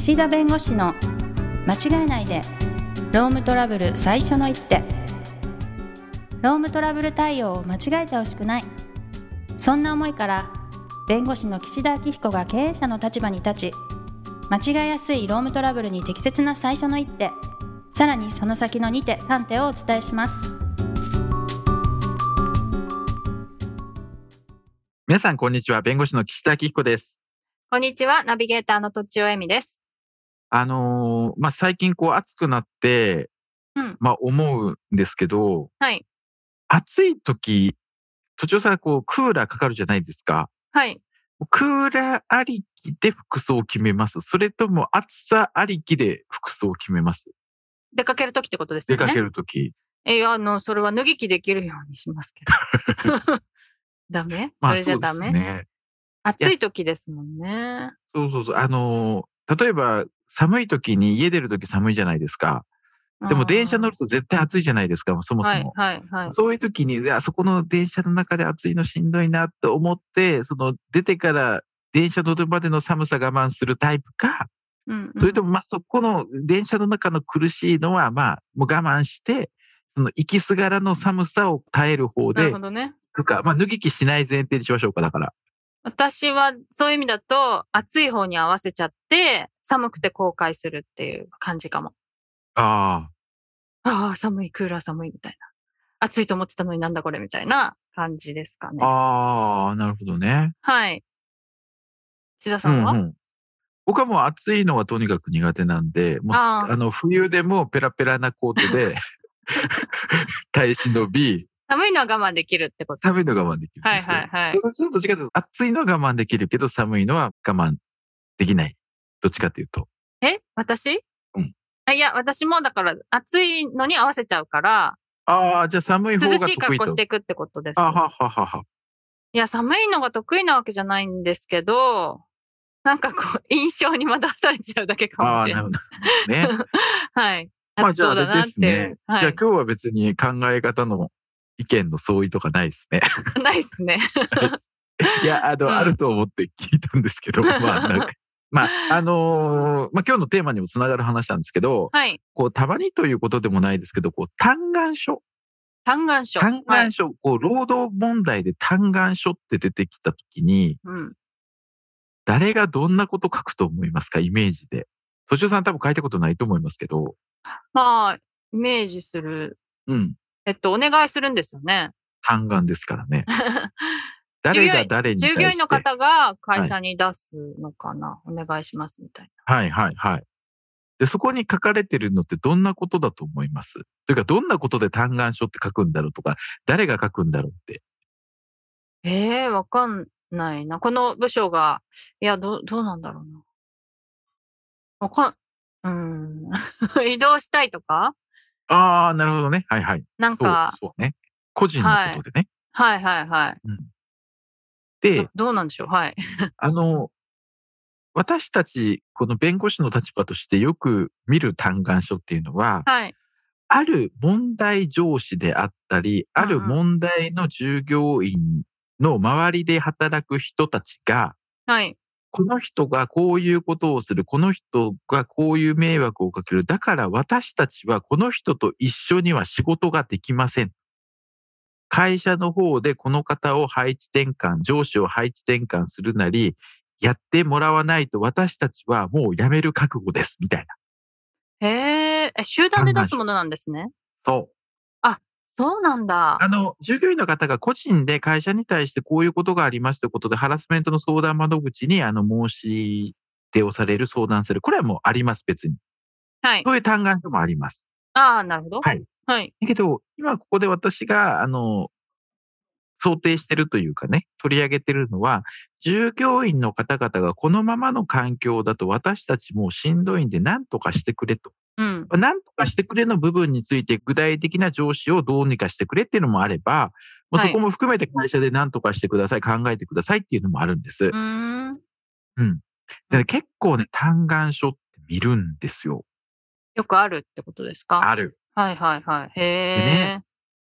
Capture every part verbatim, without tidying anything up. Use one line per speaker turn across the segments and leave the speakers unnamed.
岸田弁護士の間違えないでロームトラブル最初の一手。ロームトラブル対応を間違えてほしくない、そんな思いから弁護士の岸田明彦が経営者の立場に立ち、間違えやすいロームトラブルに適切な最初の一手、さらにその先のに手さん手をお伝えします。
皆さんこんにちは。弁護士の岸田明彦です。
こんにちは。ナビゲーターのとちおえみです。
あのー、まあ、最近こう暑くなって、
うん、
まあ、思うんですけど、
はい。
暑い時、とちおさんこうクーラーかかるじゃないですか。
はい。
クーラーありきで服装を決めます？それとも暑さありきで服装を決めます？
出かけるときってことですよね。
出かける時。
え、あの、それは脱ぎ着できるようにしますけど。ダメ？
まあ
それじゃダメ？
そうですね。
暑い時ですもんね。
そうそうそう。あのー、例えば寒い時に家出る時寒いじゃないですか。でも電車乗ると絶対暑いじゃないですか、そもそも。
はいはいはい。
そういう時に、あそこの電車の中で暑いのしんどいなって思って、その出てから電車乗るまでの寒さ我慢するタイプか、
うんうん、
それともまあそこの電車の中の苦しいのはまあもう我慢して、その行きすがらの寒さを耐える方で、
なるほどね。
とか、まあ脱ぎ着しない前提にしましょうか、だから。
私はそういう意味だと暑い方に合わせちゃって寒くて後悔するっていう感じかも。
ああ。
ああ、寒い、クーラー寒いみたいな。暑いと思ってたのになんだこれみたいな感じですかね。
ああ、なるほどね。
はい。千田
う
さんは？
んうん。僕はもう暑いのはとにかく苦手なんで、もう
あ
あの冬でもペラペラなコートで耐え忍び、
寒いのは我慢できるってこと。
寒いの我慢できるん
はい
ですよ。
はいはい。
そうするとどっちかというと暑いのは我慢できるけど寒いのは我慢できない。どっちかというと。
え私？
うん。
あ、いや、私もだから暑いのに合わせちゃうから、
ああ、じゃあ寒い方
涼しい
が得意と。
格好していくってことです。
あはははは。
いや、寒いのが得意なわけじゃないんですけど、なんかこう、印象に惑わされちゃうだけかも
ああ、
しれない。
なるほど。ね。
はい。
まあ
暑そうだ
じゃああれで
なっていう。
すね。じゃあ
はい。
今日は別に考え方の意見の相違とかないですね。
ないっすね。
ないです。いや、あの、
うん、
あると思って聞いたんですけど、まあ、なんか、まあ、あのーまあ、今日のテーマにもつながる話なんですけど、
はい。
こう、たまにということでもないですけど、こう、嘆願書。
嘆願書。
嘆
はい。
願書、こう、労働問題で嘆願書って出てきたときに、
うん。
誰がどんなこと書くと思いますか、イメージで。としおさん多分書いたことないと思いますけど、
まあ、イメージする。
うん、
えっと、お願いするんですよね。
嘆願ですからね。
従業員、
誰が誰に
従業員の
対して。
方が会
はい、
社に出すのかな。お願いしますみたい
はい、はい、はい。で、そこに書かれてるのってどんなことだと思います？というか、どんなことで嘆願書って書くんだろうとか、誰が書くんだろうって。
な。ええー、わかんないな。この部署が、いや、どう、どうなんだろうな。わかん、うーん。移動したいとか
ああ、なるほどね。はいはい。そう、
なんか、
そうね。個人のこ
はい。
とでね。
はいはいはい。
うん。
ど、
で、
どうなんでしょう。はい。
あの、私たち、この弁護士の立場としてよく見る嘆願書っていうのは、
はい。
ある問題上司であったり、ある
うんうん。
問題の従業員の周りで働く人たちが、
はい。
この人がこういうことをする、この人がこういう迷惑をかける。だから私たちはこの人と一緒には仕事ができません。会社の方でこの方を配置転換、上司を配置転換するなり、やってもらわないと私たちはもう辞める覚悟です、みたい
へえ、え、集
な。
団で出
嘆願書。
すものなんですね。
そう。
あ、そうなんだ。
あの、従業員の方が個人で会社に対してこういうことがありますということで、ハラスメントの相談窓口にあの申し出をされる、相談する。これはもうあります、別に。
はい。
そういう嘆願書もあります。
ああ、なるほど。
はい。
はい。
だけど、今ここで私が、あの、想定してるというかね、取り上げてるのは、従業員の方々がこのままの環境だと私たちもうしんどいんで何とかしてくれと。
うん。
何とかしてくれの部分について具体的な上司をどうにかしてくれっていうのもあれば、もう
はい。
そこも含めて会社で何とかしてください、考えてくださいっていうのもあるんです。
うーん。
うん。
うん。
で結構ね、嘆願書って見るんですよ。
よくあるってことですか？
ある。
はいはいはい。へ
でね、
え。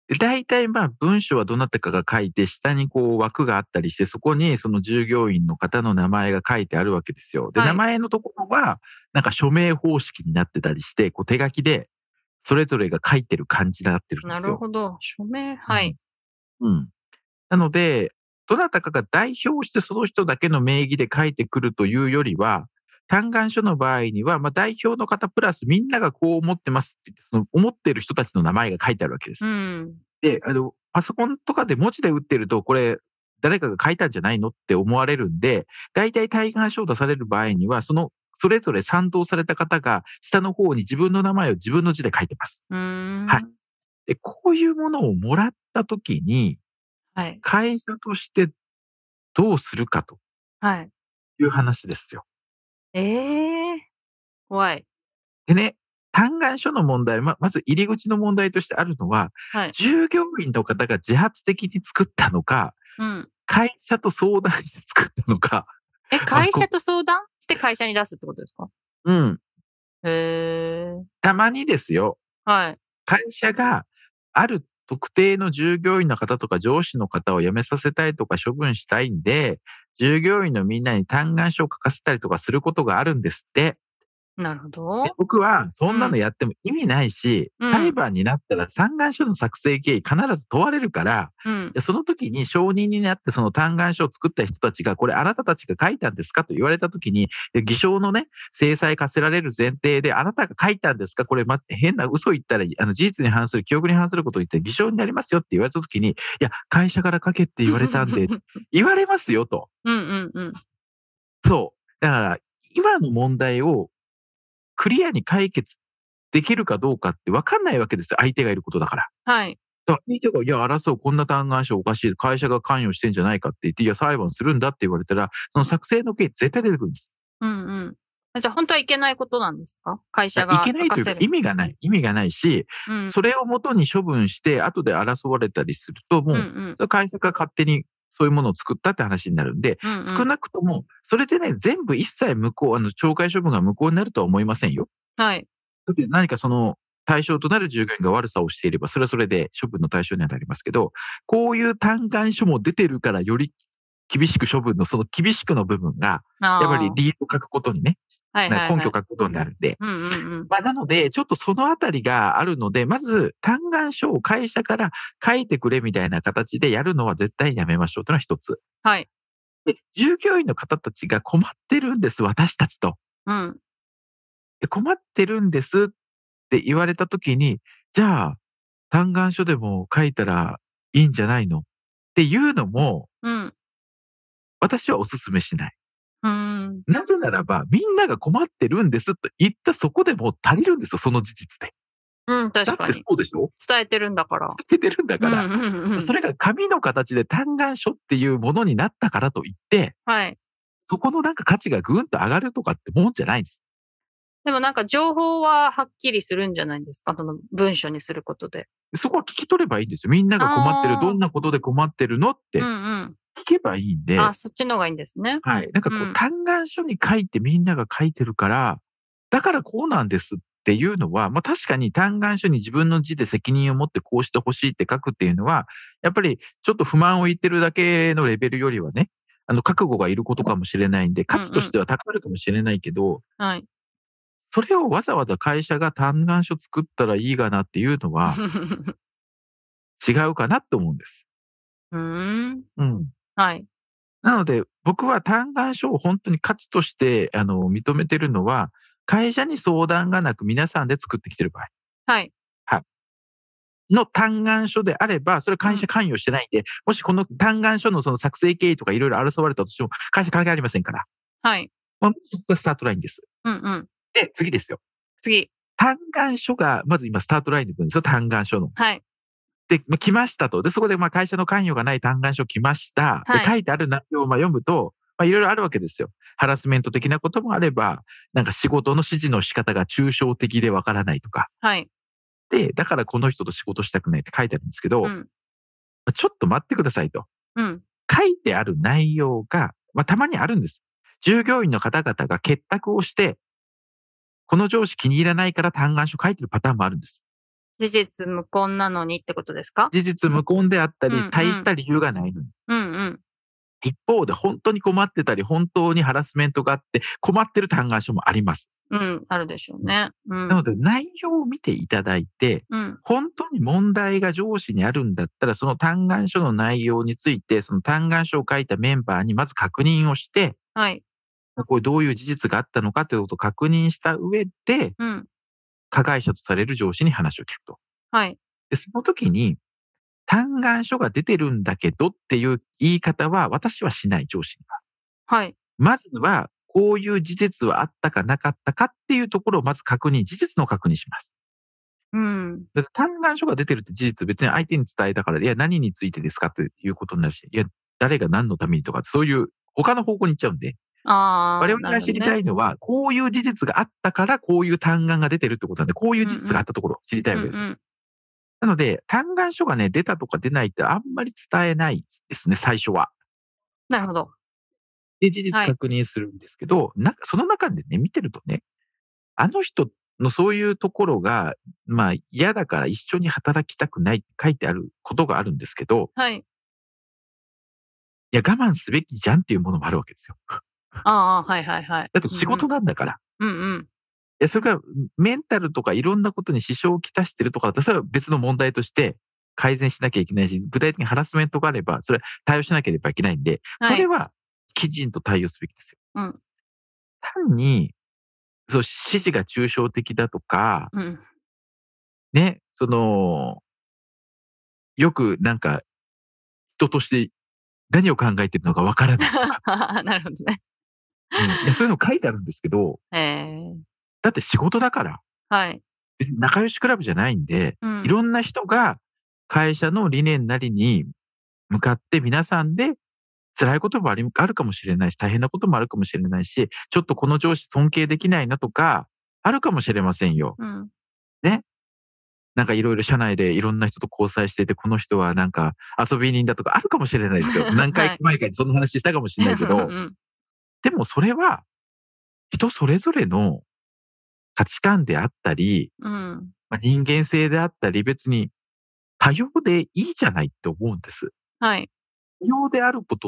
で大体まあ文章はどなたかが書いて、下にこう枠があったりして、そこにその従業員の方の名前が書いてあるわけですよ。で、
はい
名前のところは、なんか署名方式になってたりして、こう手書きで、それぞれが書いてる感じになってるんで
な
すよ。
るほど。署名、はい。
うん。うん。なので、どなたかが代表してその人だけの名義で書いてくるというよりは、嘆願書の場合には、まあ、代表の方プラスみんながこう思ってますって言って、その思ってる人たちの名前が書いてあるわけで
う
す。
ん。
で、あの、パソコンとかで文字で打ってると、これ、誰かが書いたんじゃないのって思われるんで、大体嘆願書を出される場合には、その、それぞれ賛同された方が、下の方に自分の名前を自分の字で書いてます。
うーん。
はい。で、こういうものをもらったときに、
はい。
会社としてどうするかと
はい。
いう話ですよ。
ええ怖い。
でね、嘆願書の問題、ま、まず入り口の問題としてあるのは、
はい。
従業員の方が自発的に作ったのか、
うん。
会社と相談して作ったのか、
え、会社と相談して会社に出すってことですか？
うん、
へえ。
たまにですよ、
はい。
会社がある特定の従業員の方とか上司の方を辞めさせたいとか処分したいんで、従業員のみんなに嘆願書を書かせたりとかすることがあるんですって。
なるほ
で、
ど。
僕はそんな
うん。
のやっても意味ないし、
うん
裁判になったら嘆願書の作成経緯必ず問われるから、
うん。
で、その時に証人になってその嘆願書を作った人たちが、これあなたたちが書いたんですかと言われた時に、で偽証のね、制裁課せられる前提で、あなたが書いたんですかこれ、ま、変な嘘言ったら、あの、事実に反する、記憶に反することを言って偽証になりますよって言われた時に、いや、会社から書けって言われたんで、言われますよと。
うんうんうん。
そう。だから、今の問題をクリアに解決できるかどうかって分かんないわけですよ、相手がいることだから。
はい。
だから相手が、いや、争う、こんな嘆願書おかしい、会社が関与してんじゃないかって言って、いや、裁判するんだって言われたら、その作成の経緯絶対出てくるんです。
うんうん。あ、じゃあ本当はいけないことなんですか？会社
い
が
けないというか、
書かせる。
意味がない。意味がないし、
うん。
それをもとに処分して、後で争われたりすると、も
うんう
う、
ん。
会社が勝手にそういうものを作ったって話になるんで、
うんうん。
少なくとも、それでね、全部一切無効、あの、懲戒処分が無効になるとは思いませんよ。
はい。
だって何かその対象となる従業員が悪さをしていれば、それはそれで処分の対象にはなりますけど、こういう嘆願書も出てるからより厳しく処分のその厳しくの部分が、やっぱり
ああ。
理由を書くことにね、
はい
な根拠を
はいはい。
書くことになるんで。
うんうんうん。
まあ、なので、ちょっとそのあたりがあるので、まず嘆願書を会社から書いてくれみたいな形でやるのは絶対やめましょうというのは一つ。
はい。
で、従業員の方たちが困ってるんです、私たちと。
うん。
で、困ってるんですって言われたときに、じゃあ、嘆願書でも書いたらいいんじゃないのっていうのも、
うん。
私はお勧めしない。
うーん。
なぜならば、みんなが困ってるんですと言ったそこでもう足りるんですよ、その事実で。
うん、
だって
確かに。
そうでしょ？
伝えてるんだから。
伝えてるんだ
うんう
から。
んうん。
それが紙の形で嘆願書っていうものになったからといって、
はい。
そこのなんか価値がぐんと上がるとかってもんじゃないんです。
でもなんか情報ははっきりするんじゃないんですか？その文書にすることで。
そこは聞き取ればいいんですよ。みんなが困ってる、
ああ。
どんなことで困ってるのっ
うん
て
うん。
聞けばいいん
あ、
で、
そっちの方がいいんですね。
はい。なんかこう、
うん。
嘆願書に書いてみんなが書いてるから、だからこうなんですっていうのは、ま、確かに嘆願書に自分の字で責任を持ってこうして欲しいって書くっていうのは、やっぱりちょっと不満を言ってるだけのレベルよりはね、あの、覚悟がいることかもしれないんで、
うんうん。
価値としては高まるかもしれないけど、
はい。
それをわざわざ会社が嘆願書作ったらいいがなっていうのは、違うかなと思うんです。
うーん。
うん。
はい。
なので、僕は嘆願書を本当に価値として、あの、認めてるのは、会社に相談がなく皆さんで作ってきてる場合。
はい。
はい。の嘆願書であれば、それ
うん。
会社関与してないんで、もしこの嘆願書のその作成経緯とかいろいろ争われたとしても、会社関係ありませんから。
はい。
まあ、そこがスタートラインです。
うんうん。
で、次ですよ。
次。
嘆願書が、まず今スタートラインで来るんですよ、嘆願書の。
はい。
で、ま、来ましたと。で、そこでまあ会社の関与がない嘆願書来ました。で、
はい。
書いてある内容をまあ読むと、まあいろいろあるわけですよ。ハラスメント的なこともあれば、なんか仕事の指示の仕方が抽象的でわからないとか。
はい。
で、だからこの人と仕事したくないって書いてあるんですけど、
うん。
ま、ちょっと待ってくださいと。
うん。
書いてある内容が、まあたまにあるんです。従業員の方々が結託をして、この上司気に入らないから嘆願書書いてるパターンもあるんです。
事実無根なのにってことですか？
事実無根であったり、
うんうん
大した理由がないのに。
うんうん。
一方で本当に困ってたり、本当にハラスメントがあって困ってる嘆願書もあります。
うん、あるでしょうね。う
なの
ん。
で内容を見ていただいて、
うん。
本当に問題が上司にあるんだったら、その嘆願書の内容について、その嘆願書を書いたメンバーにまず確認をして、
はい。
これどういう事実があったのかということを確認した上で、
うん。
加害者とされる上司に話を聞くと。
はい。
で、その時に、嘆願書が出てるんだけどっていう言い方は私はしない、上司には。
はい。
まずは、こういう事実はあったかなかったかっていうところをまず確認、事実の確認します。
うん。
だって嘆願書が出てるって事実別に相手に伝えたから、いや、何についてですかということになるし、いや、誰が何のためにとか、そういう他の方向に行っちゃうんで、我
ああ、
々が知り
なるほどね。
たいのは、こういう事実があったから、こういう嘆願が出てるってことなんで、こういう事実があったところを知りたいわけですよ。
うんうん。
なので、嘆願書がね、出たとか出ないってあんまり伝えないですね、最初は。
なるほど。
で、事実
はい。
確認するんですけど、なんかその中でね、見てるとね、あの人のそういうところが、まあ嫌だから一緒に働きたくないって書いてあることがあるんですけど、
はい。
いや、我慢すべきじゃんっていうものもあるわけですよ。
ああ、はいはいはい。
だって仕事なんだから。
うんうん。うんうん。
いや、それがメンタルとかいろんなことに支障をきたしてるとかだったら、それは別の問題として改善しなきゃいけないし、具体的にハラスメントがあれば、それは対応しなければいけないんで、そ
はい。
れはきちんと対応すべきですよ。
うん。
単に、そう、指示が抽象的だとか、
うん。
ね、その、よくなんか人として何を考えてるのかわからないとか、
なるほどね。
うん、いや、そういうの書いてあるんですけど、
ええ。
だって仕事だから、
はい。
別に仲良しクラブじゃないんで、
うん。
いろんな人が会社の理念なりに向かって皆さんで辛いこともありあるかもしれないし、大変なこともあるかもしれないし、ちょっとこの上司尊敬できないなとか、あるかもしれませんよ。
うん。
ね。なんかいろいろ社内でいろんな人と交際していて、この人はなんか遊び人だとかあるかもしれないですよ。何回
はい。
前かにそんな話したかもしれないけ
う
ど、
ん。
でもそれは人それぞれの価値観であったり、
うん。
まあ、人間性であったり、別に多様でいいじゃないって思うんです。
はい。
多様であることって、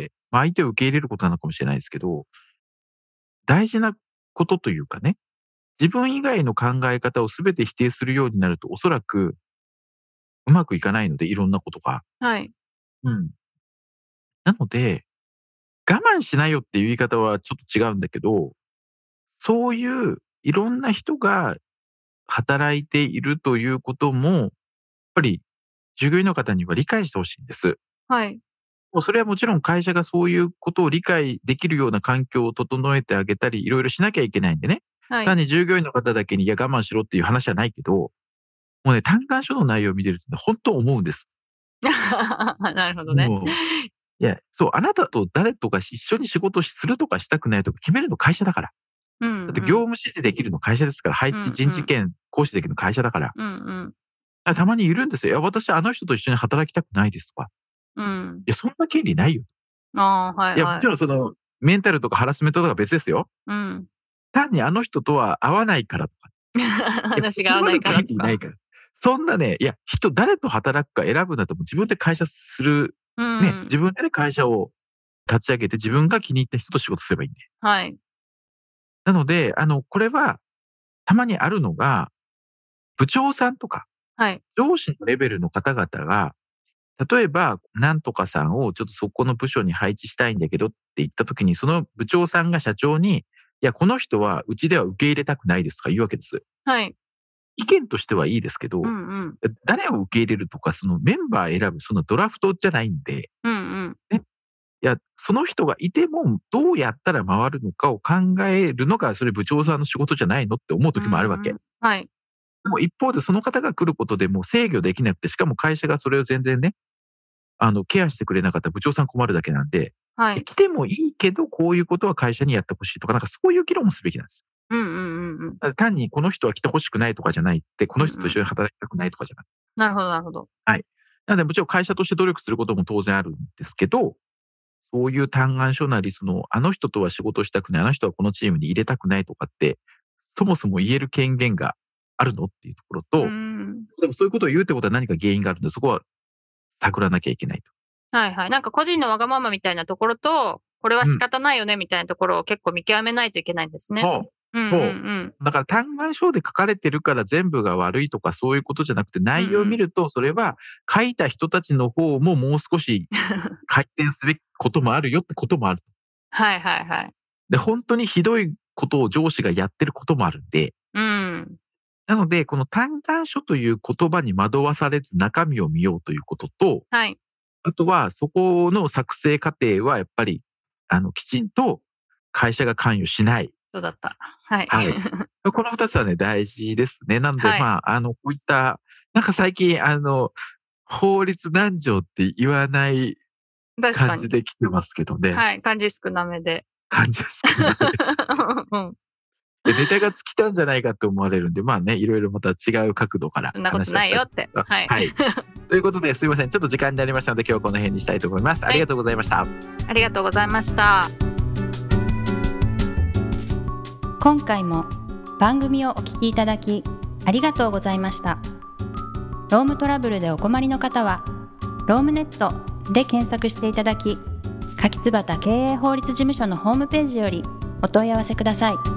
まあ、相手を受け入れることなのかもしれないですけど、大事なことというかね、自分以外の考え方を全て否定するようになると、おそらくうまくいかないので、いろんなことが。
はい。
うん。なので、我慢しないよっていう言い方はちょっと違うんだけど、そういういろんな人が働いているということも、やっぱり従業員の方には理解してほしいんです。
はい。
もうそれはもちろん会社がそういうことを理解できるような環境を整えてあげたり、いろいろしなきゃいけないんでね。
はい。
単に従業員の方だけに、いや我慢しろっていう話じゃないけど、もうね、嘆願書の内容を見てるとね、本当思うんです。
なるほどね。
もう、いや、そう、あなたと誰とか一緒に仕事するとかしたくないとか決めるの会社だから。
うんうん。
だって業務指示できるの会社ですから、配置人事権行使できるの会社だから。
うんうん。
あ、たまにいるんですよ。いや、私あの人と一緒に働きたくないですとか。
うん。
いや、そんな権利ないよ。
ああ、はい
いや、も
はい。
ちろんその、メンタルとかハラスメントとか別ですよ。
うん。
単にあの人とは合わないからとか。いや、
話が合わないから
断る権
とか。
利ないから。そんなね、いや、人誰と働くか選ぶんだとも自分で会社する、
う
ね、
ん。
自分でね、会社を立ち上げて自分が気に入った人と仕事すればいいんで。
はい。
なので、あの、これはたまにあるのが、部長さんとか
はい。
上司のレベルの方々が、例えば、なんとかさんをちょっとそこの部署に配置したいんだけどって言った時に、その部長さんが社長に、いや、この人はうちでは受け入れたくないですとか言うわけです。
はい。
意見としてはいいですけ
う
ど、
んうん。
誰を受け入れるとか、そのメンバー選ぶ、そのドラフトじゃないんで、
うんうん。
ね。いや、その人がいても、どうやったら回るのかを考えるのが、それ部長さんの仕事じゃないのって思う
う
時もあるわけ。
ん。はい。
でも一方でその方が来ることでもう制御できなくて、しかも会社がそれを全然ね、あの、ケアしてくれなかったら部長さん困るだけなんで、
はい。
来てもいいけど、こういうことは会社にやってほしいとか、なんかそういう議論もすべきなんです。
うんうんうんうん。
だから単にこの人は来てほしくないとかじゃないって、こ
うんうん。
の人と一緒に働きたくないとかじゃなくて。
なるほどなるほど。
はい。なのでもちろん会社として努力することも当然あるんですけど、そういう嘆願書なり、その、あの人とは仕事したくない、あの人はこのチームに入れたくないとかって、そもそも言える権限があるのっていうところと、
うん、
でもそういうことを言うってことは何か原因があるんで、そこは探らなきゃいけないと。
はいはい。なんか個人のわがままみたいなところと、これは仕方ないよねみたいなところを結構見極めないといけないんですね。
そう
うんうんうん。
だから嘆願書で書かれてるから全部が悪いとかそういうことじゃなくて、内容を見るとそれは書いた人たちの方ももう少し改善すべきこともあるよってこともある。
はいはいはい。
で、本当にひどいことを上司がやってることもあるんで、
うん。
なので、この嘆願書という言葉に惑わされず中身を見ようということと、
はい。
あとはそこの作成過程はやっぱり、あの、きちんと会社が関与しない。
そうだった。はい。
はい。この二つはね、大事ですね。なので、
はい
まあ、あの、こういった、なんか最近、あの、法律何条って言わない
確か
感じ
に。
で来てますけどね。
はい。漢字少なめで。
感じですけどね。
うん。
でネタが尽きたんじゃないかと思われるんで、まあね、いろいろまた違う角度から
そんなこと
話をしたい
ないよって。はい。
はい。ということで、すいません。ちょっと時間になりましたので、今日はこの辺にしたいと思います。
はい
ありがとうございました。
ありがとうございました。
今回も番組をお聞きいただきありがとうございました。ロームトラブルでお困りの方はロームネットで検索していただき、柿椿経営法律事務所のホームページよりお問い合わせください。